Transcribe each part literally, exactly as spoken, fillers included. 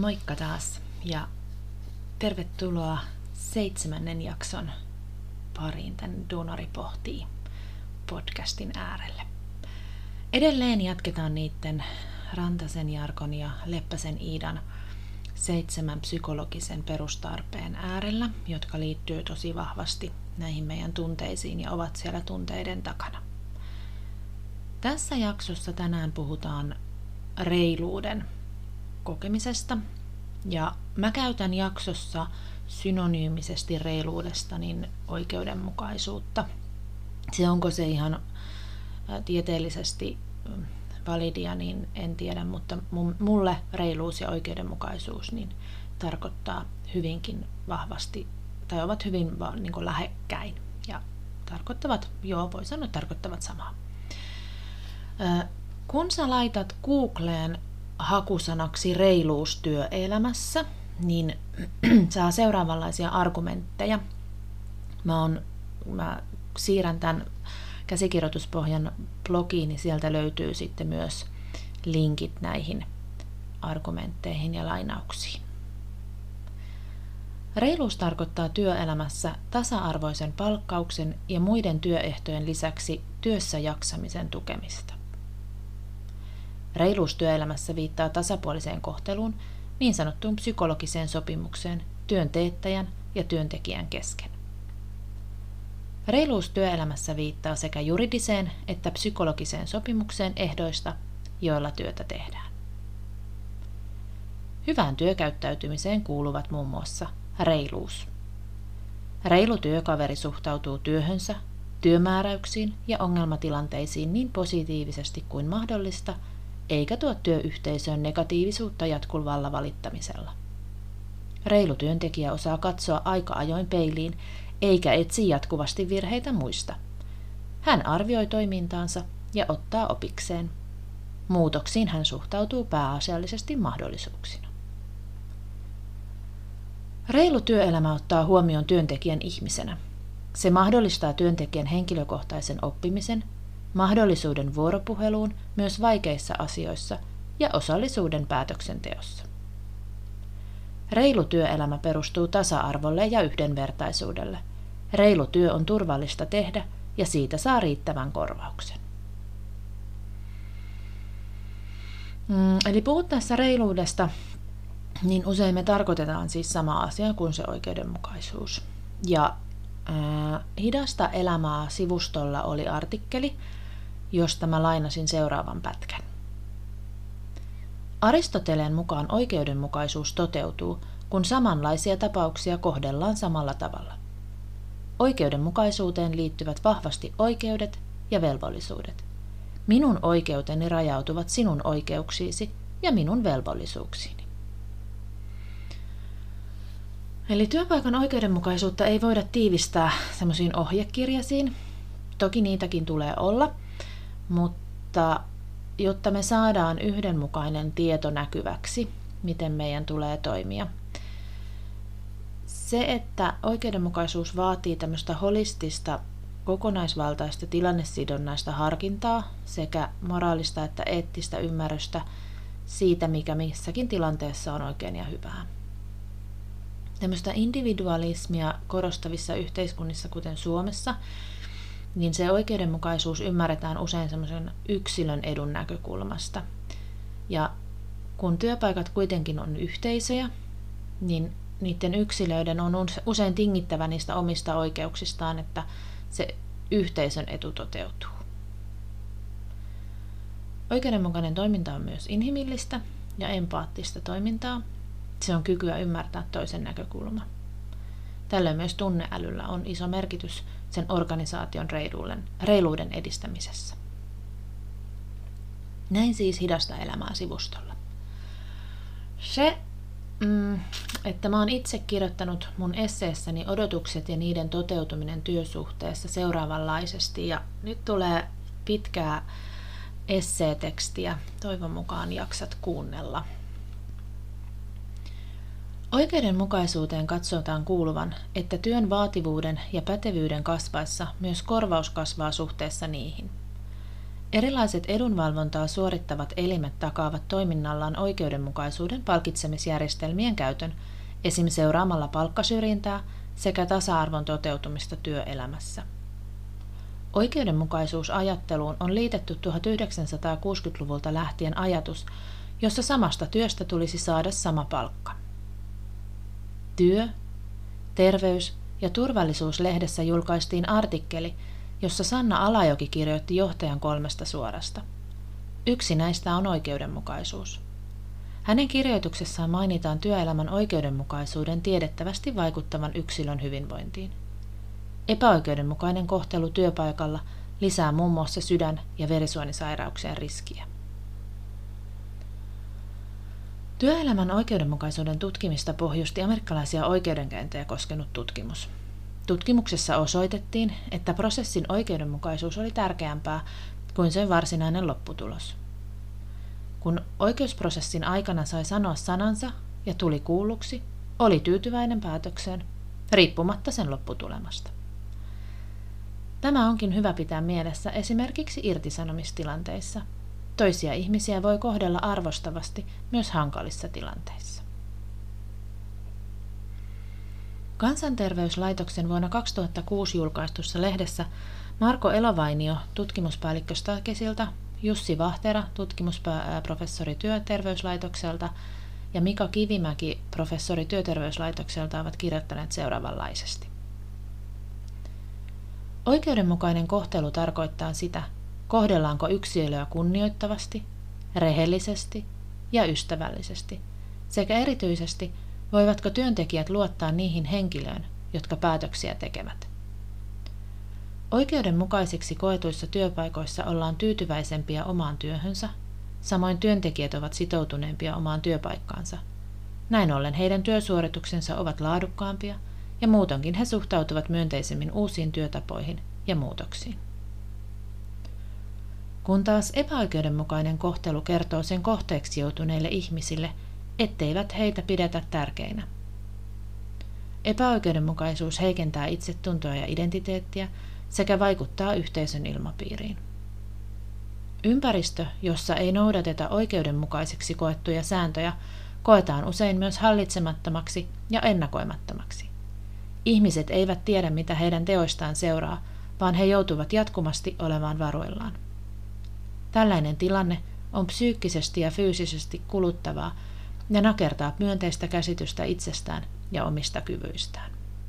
Moikka taas ja tervetuloa seitsemännen jakson pariin tän Duunari pohtii podcastin äärelle. Edelleen jatketaan niiden Rantasen Jarkon ja Leppäsen Iidan seitsemän psykologisen perustarpeen äärellä, jotka liittyy tosi vahvasti näihin meidän tunteisiin ja ovat siellä tunteiden takana. Tässä jaksossa tänään puhutaan reiluuden kokemisesta ja mä käytän jaksossa synonyymisesti reiluudesta niin oikeudenmukaisuutta. Se onko se ihan tieteellisesti validia, niin en tiedä, mutta mulle reiluus ja oikeudenmukaisuus niin tarkoittaa hyvinkin vahvasti, tai ovat hyvin niin kuin lähekkäin ja tarkoittavat, joo voi sanoa, tarkoittavat samaa. Kun sä laitat Googleen hakusanaksi reiluus työelämässä, niin saa seuraavanlaisia argumentteja. Mä, on, mä siirrän tämän käsikirjoituspohjan blogiin, niin sieltä löytyy sitten myös linkit näihin argumentteihin ja lainauksiin. Reiluus tarkoittaa työelämässä tasa-arvoisen palkkauksen ja muiden työehtojen lisäksi työssä jaksamisen tukemista. Reiluus työelämässä viittaa tasapuoliseen kohteluun, niin sanottuun psykologiseen sopimukseen työn teettäjän ja työntekijän kesken. Reiluus työelämässä viittaa sekä juridiseen että psykologiseen sopimukseen ehdoista, joilla työtä tehdään. Hyvään työkäyttäytymiseen kuuluvat muun muassa reiluus. Reilu työkaveri suhtautuu työhönsä, työmääräyksiin ja ongelmatilanteisiin niin positiivisesti kuin mahdollista, eikä tuo työyhteisöön negatiivisuutta jatkuvalla valittamisella. Reilu työntekijä osaa katsoa aika ajoin peiliin, eikä etsi jatkuvasti virheitä muista. Hän arvioi toimintaansa ja ottaa opikseen. Muutoksiin hän suhtautuu pääasiallisesti mahdollisuuksina. Reilu työelämä ottaa huomioon työntekijän ihmisenä. Se mahdollistaa työntekijän henkilökohtaisen oppimisen, mahdollisuuden vuoropuheluun myös vaikeissa asioissa ja osallisuuden päätöksenteossa. Reilu työelämä perustuu tasa-arvolle ja yhdenvertaisuudelle. Reilu työ on turvallista tehdä ja siitä saa riittävän korvauksen. Mm, eli puhuttaessa reiluudesta, niin usein me tarkoitetaan siis sama asia kuin se oikeudenmukaisuus. Ja äh, Hidasta elämää sivustolla oli artikkeli, josta mä lainasin seuraavan pätkän. Aristoteleen mukaan oikeudenmukaisuus toteutuu, kun samanlaisia tapauksia kohdellaan samalla tavalla. Oikeudenmukaisuuteen liittyvät vahvasti oikeudet ja velvollisuudet. Minun oikeuteni rajautuvat sinun oikeuksiisi ja minun velvollisuuksiini. Eli työpaikan oikeudenmukaisuutta ei voida tiivistää semmoisiin ohjekirjaisiin. Toki niitäkin tulee olla, mutta jotta me saadaan yhdenmukainen tieto näkyväksi, miten meidän tulee toimia. Se, että oikeudenmukaisuus vaatii tämmöistä holistista, kokonaisvaltaista tilannesidonnaista harkintaa sekä moraalista että eettistä ymmärrystä siitä, mikä missäkin tilanteessa on oikein ja hyvää. Tämmöistä individualismia korostavissa yhteiskunnissa, kuten Suomessa, niin se oikeudenmukaisuus ymmärretään usein semmoisen yksilön edun näkökulmasta. Ja kun työpaikat kuitenkin on yhteisöjä, niin niiden yksilöiden on usein tingittävä niistä omista oikeuksistaan, että se yhteisön etu toteutuu. Oikeudenmukainen toiminta on myös inhimillistä ja empaattista toimintaa. Se on kykyä ymmärtää toisen näkökulma. Tällöin myös tunneälyllä on iso merkitys sen organisaation reiluuden, reiluuden edistämisessä. Näin siis Hidasta elämää sivustolla. Se, mm, että mä oon itse kirjoittanut mun esseessäni odotukset ja niiden toteutuminen työsuhteessa seuraavanlaisesti, ja nyt tulee pitkää esseetekstiä, toivon mukaan jaksat kuunnella. Oikeudenmukaisuuteen katsotaan kuuluvan, että työn vaativuuden ja pätevyyden kasvaessa myös korvaus kasvaa suhteessa niihin. Erilaiset edunvalvontaa suorittavat elimet takaavat toiminnallaan oikeudenmukaisuuden palkitsemisjärjestelmien käytön, esim. Seuraamalla palkkasyrjintää sekä tasa-arvon toteutumista työelämässä. Oikeudenmukaisuusajatteluun on liitetty tuhatyhdeksänsataakuusikymmentäluvulta lähtien ajatus, jossa samasta työstä tulisi saada sama palkka. Työ, terveys ja turvallisuuslehdessä julkaistiin artikkeli, jossa Sanna Alajoki kirjoitti johtajan kolmesta suorasta. Yksi näistä on oikeudenmukaisuus. Hänen kirjoituksessaan mainitaan työelämän oikeudenmukaisuuden tiedettävästi vaikuttavan yksilön hyvinvointiin. Epäoikeudenmukainen kohtelu työpaikalla lisää muun muassa sydän- ja verisuonisairauksien riskiä. Työelämän oikeudenmukaisuuden tutkimista pohjusti amerikkalaisia oikeudenkäyntejä koskenut tutkimus. Tutkimuksessa osoitettiin, että prosessin oikeudenmukaisuus oli tärkeämpää kuin sen varsinainen lopputulos. Kun oikeusprosessin aikana sai sanoa sanansa ja tuli kuulluksi, oli tyytyväinen päätökseen, riippumatta sen lopputulemasta. Tämä onkin hyvä pitää mielessä esimerkiksi irtisanomistilanteissa. Toisia ihmisiä voi kohdella arvostavasti myös hankalissa tilanteissa. Kansanterveyslaitoksen vuonna kaksituhattakuusi julkaistussa lehdessä Marko Elovainio tutkimuspäällikkö Stakesilta, Jussi Vahtera tutkimusprofessori Työterveyslaitokselta ja Mika Kivimäki professori Työterveyslaitokselta ovat kirjoittaneet seuraavanlaisesti. Oikeudenmukainen kohtelu tarkoittaa sitä, kohdellaanko yksilöä kunnioittavasti, rehellisesti ja ystävällisesti, sekä erityisesti voivatko työntekijät luottaa niihin henkilöön, jotka päätöksiä tekevät. Oikeudenmukaisiksi koetuissa työpaikoissa ollaan tyytyväisempiä omaan työhönsä, samoin työntekijät ovat sitoutuneempia omaan työpaikkaansa. Näin ollen heidän työsuorituksensa ovat laadukkaampia ja muutenkin he suhtautuvat myönteisemmin uusiin työtapoihin ja muutoksiin. Kun taas epäoikeudenmukainen kohtelu kertoo sen kohteeksi joutuneille ihmisille, etteivät heitä pidetä tärkeinä. Epäoikeudenmukaisuus heikentää itsetuntoa ja identiteettiä sekä vaikuttaa yhteisön ilmapiiriin. Ympäristö, jossa ei noudateta oikeudenmukaiseksi koettuja sääntöjä, koetaan usein myös hallitsemattomaksi ja ennakoimattomaksi. Ihmiset eivät tiedä, mitä heidän teoistaan seuraa, vaan he joutuvat jatkuvasti olemaan varuillaan. Tällainen tilanne on psyykkisesti ja fyysisesti kuluttavaa ja nakertaa myönteistä käsitystä itsestään ja omista kyvyistään.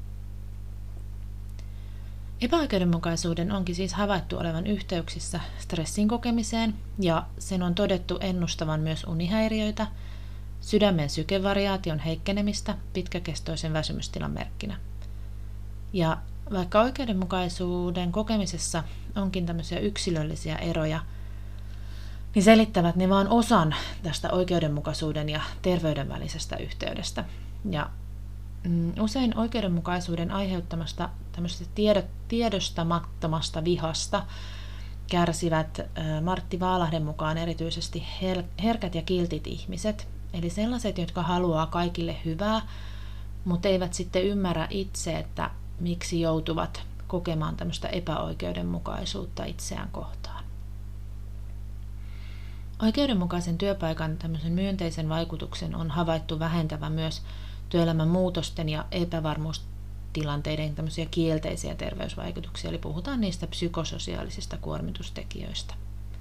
Epäoikeudenmukaisuuden onkin siis havaittu olevan yhteyksissä stressin kokemiseen ja sen on todettu ennustavan myös unihäiriöitä, sydämen sykevariaation heikkenemistä pitkäkestoisen väsymystilan merkkinä. Ja vaikka oikeudenmukaisuuden kokemisessa onkin tämmöisiä yksilöllisiä eroja, niin selittävät ne vain osan tästä oikeudenmukaisuuden ja terveyden välisestä yhteydestä. Ja mm, usein oikeudenmukaisuuden aiheuttamasta tämmöisestä tiedot, tiedostamattomasta vihasta kärsivät äh, Martti Vaalahden mukaan erityisesti her- herkät ja kiltit ihmiset, eli sellaiset, jotka haluaa kaikille hyvää, mutta eivät sitten ymmärrä itse, että miksi joutuvat kokemaan tämmöistä epäoikeudenmukaisuutta itseään kohtaan. Oikeudenmukaisen työpaikan tämmöisen myönteisen vaikutuksen on havaittu vähentävän myös työelämän muutosten ja epävarmuustilanteiden tämmöisiä kielteisiä terveysvaikutuksia, eli puhutaan niistä psykososiaalisista kuormitustekijöistä.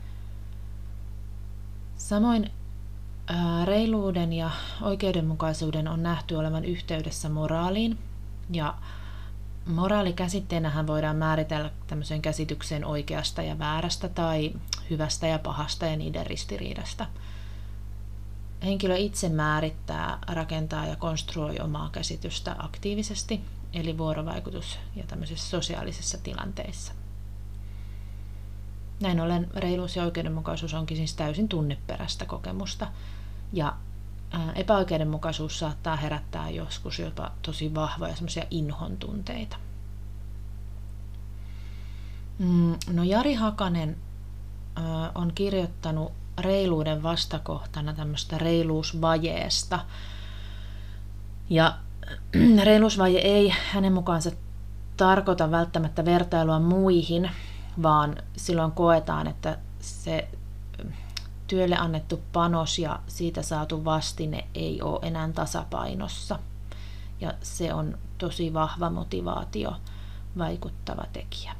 Samoin ää, reiluuden ja oikeudenmukaisuuden on nähty olevan yhteydessä moraaliin, ja moraalikäsitteenähän voidaan määritellä tämmöiseen käsitykseen oikeasta ja väärästä tai hyvästä ja pahasta ja niiden ristiriidasta. Henkilö itse määrittää, rakentaa ja konstruoi omaa käsitystä aktiivisesti, eli vuorovaikutus- ja tämmöisissä sosiaalisissa tilanteissa. Näin ollen reiluus ja oikeudenmukaisuus onkin siis täysin tunneperäistä kokemusta, ja epäoikeudenmukaisuus saattaa herättää joskus jopa tosi vahvoja semmoisia inhon tunteita. No Jari Hakanen on kirjoittanut reiluuden vastakohtana tämmöistä reiluusvajeesta. Ja reiluusvaje ei hänen mukaansa tarkoita välttämättä vertailua muihin, vaan silloin koetaan, että se työlle annettu panos ja siitä saatu vastine ei ole enää tasapainossa. Ja se on tosi vahva motivaatio vaikuttava tekijä.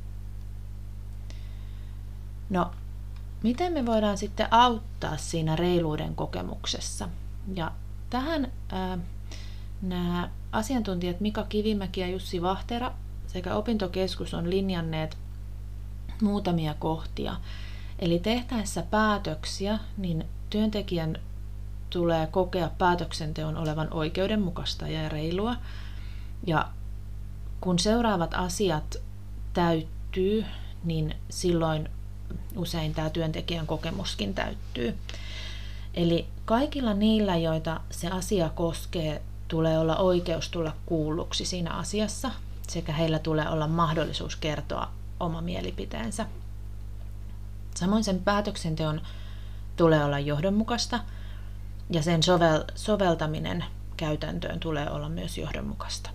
No, miten me voidaan sitten auttaa siinä reiluuden kokemuksessa? Ja tähän ää, nämä asiantuntijat Mika Kivimäki ja Jussi Vahtera sekä opintokeskus on linjanneet muutamia kohtia. Eli tehtäessä päätöksiä, niin työntekijän tulee kokea päätöksenteon olevan oikeudenmukaista ja reilua. Ja kun seuraavat asiat täyttyy, niin silloin usein tämä työntekijän kokemuskin täyttyy. Eli kaikilla niillä, joita se asia koskee, tulee olla oikeus tulla kuulluksi siinä asiassa, sekä heillä tulee olla mahdollisuus kertoa oma mielipiteensä. Samoin sen päätöksenteon tulee olla johdonmukaista, ja sen sovel- soveltaminen käytäntöön tulee olla myös johdonmukaista.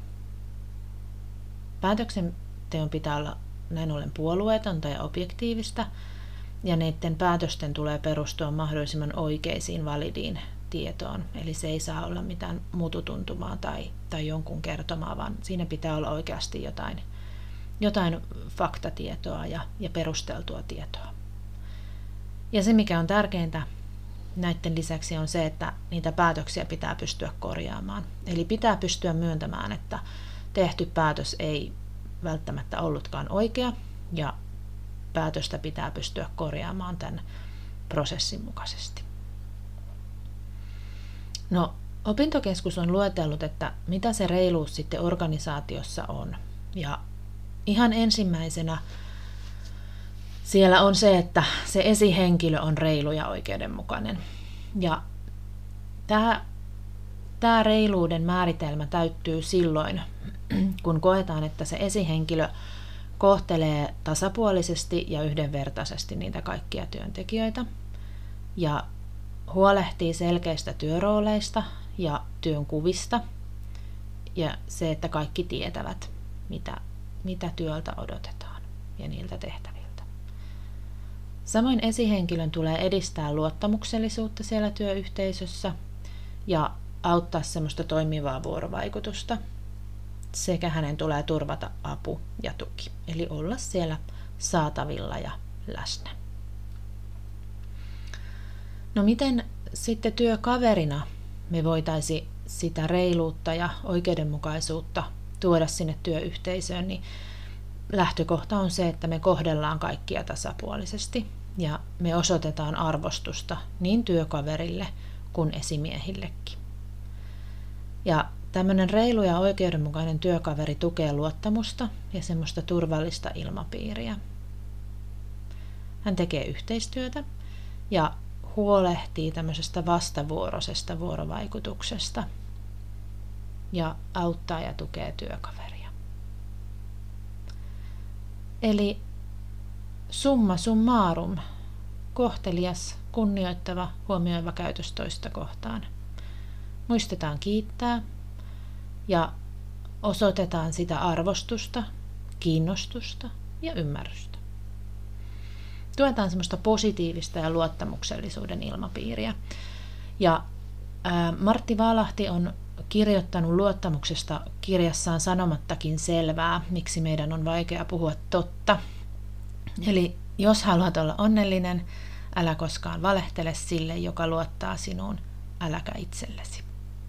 Päätöksenteon pitää olla näin ollen puolueetonta ja objektiivista, ja niiden päätösten tulee perustua mahdollisimman oikeisiin validiin tietoon. Eli se ei saa olla mitään mututuntumaa tai, tai jonkun kertomaa, vaan siinä pitää olla oikeasti jotain, jotain faktatietoa ja, ja perusteltua tietoa. Ja se, mikä on tärkeintä näiden lisäksi, on se, että niitä päätöksiä pitää pystyä korjaamaan. Eli pitää pystyä myöntämään, että tehty päätös ei välttämättä ollutkaan oikea, ja päätöstä pitää pystyä korjaamaan tämän prosessin mukaisesti. No, opintokeskus on luetellut, että mitä se reiluus sitten organisaatiossa on. Ja ihan ensimmäisenä siellä on se, että se esihenkilö on reilu ja oikeudenmukainen. Ja tämä, tämä reiluuden määritelmä täyttyy silloin, kun koetaan, että se esihenkilö kohtelee tasapuolisesti ja yhdenvertaisesti niitä kaikkia työntekijöitä ja huolehtii selkeistä työrooleista ja työnkuvista ja se, että kaikki tietävät, mitä, mitä työltä odotetaan ja niiltä tehtäviltä. Samoin esihenkilön tulee edistää luottamuksellisuutta siellä työyhteisössä ja auttaa semmoista toimivaa vuorovaikutusta. Sekä hänen tulee turvata apu ja tuki, eli olla siellä saatavilla ja läsnä. No miten sitten työkaverina me voitaisiin sitä reiluutta ja oikeudenmukaisuutta tuoda sinne työyhteisöön, niin lähtökohta on se, että me kohdellaan kaikkia tasapuolisesti ja me osoitetaan arvostusta niin työkaverille kuin esimiehillekin. Ja tämmöinen reilu ja oikeudenmukainen työkaveri tukee luottamusta ja semmoista turvallista ilmapiiriä. Hän tekee yhteistyötä ja huolehtii tämmöisestä vastavuoroisesta vuorovaikutuksesta ja auttaa ja tukee työkaveria. Eli summa summarum, kohtelias, kunnioittava, huomioiva käytös toista kohtaan. Muistetaan kiittää ja osoitetaan sitä arvostusta, kiinnostusta ja ymmärrystä. Tuetaan semmoista positiivista ja luottamuksellisuuden ilmapiiriä. Ja ää, Martti Vaalahti on kirjoittanut luottamuksesta kirjassaan Sanomattakin selvää, miksi meidän on vaikea puhua totta. Eli jos haluat olla onnellinen, älä koskaan valehtele sille, joka luottaa sinuun, äläkä itsellesi.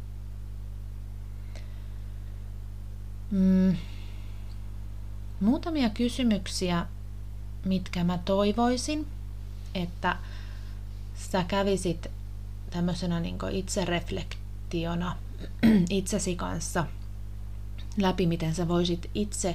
Mm. Muutamia kysymyksiä, mitkä mä toivoisin, että sä kävisit tämmöisenä niin kuin itsereflektiona itsesi kanssa läpi, miten sä voisit itse,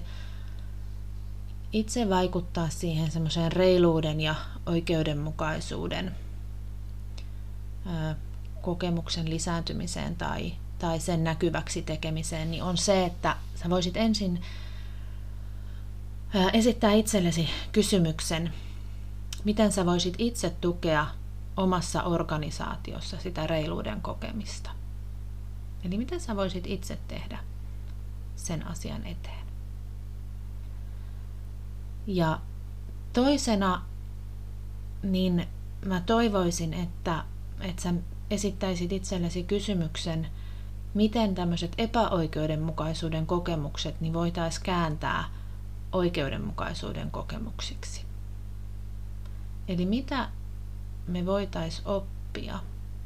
itse vaikuttaa siihen semmoiseen reiluuden ja oikeudenmukaisuuden ää, kokemuksen lisääntymiseen tai, tai sen näkyväksi tekemiseen, niin on se, että sä voisit ensin ää, esittää itsellesi kysymyksen, miten sä voisit itse tukea omassa organisaatiossa sitä reiluuden kokemista. Eli miten sä voisit itse tehdä sen asian eteen. Ja toisena niin mä toivoisin, että, että sä esittäisit itsellesi kysymyksen, miten tämmöiset epäoikeudenmukaisuuden kokemukset niin voitaisiin kääntää oikeudenmukaisuuden kokemuksiksi. Eli mitä me voitaisiin oppia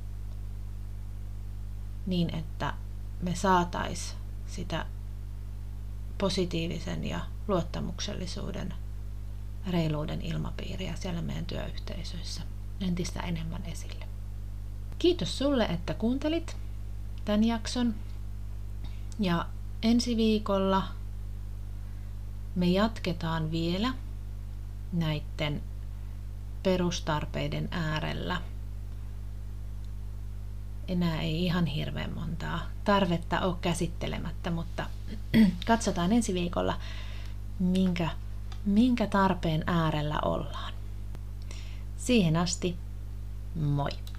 niin, että me saataisiin sitä positiivisen ja luottamuksellisuuden, reiluuden ilmapiiriä siellä meidän työyhteisöissä entistä enemmän esille. Kiitos sulle, että kuuntelit tämän jakson. Ja ensi viikolla me jatketaan vielä näiden perustarpeiden äärellä. Enää ei ihan hirveän montaa tarvetta ole käsittelemättä, mutta katsotaan ensi viikolla, minkä, minkä tarpeen äärellä ollaan. Siihen asti, moi!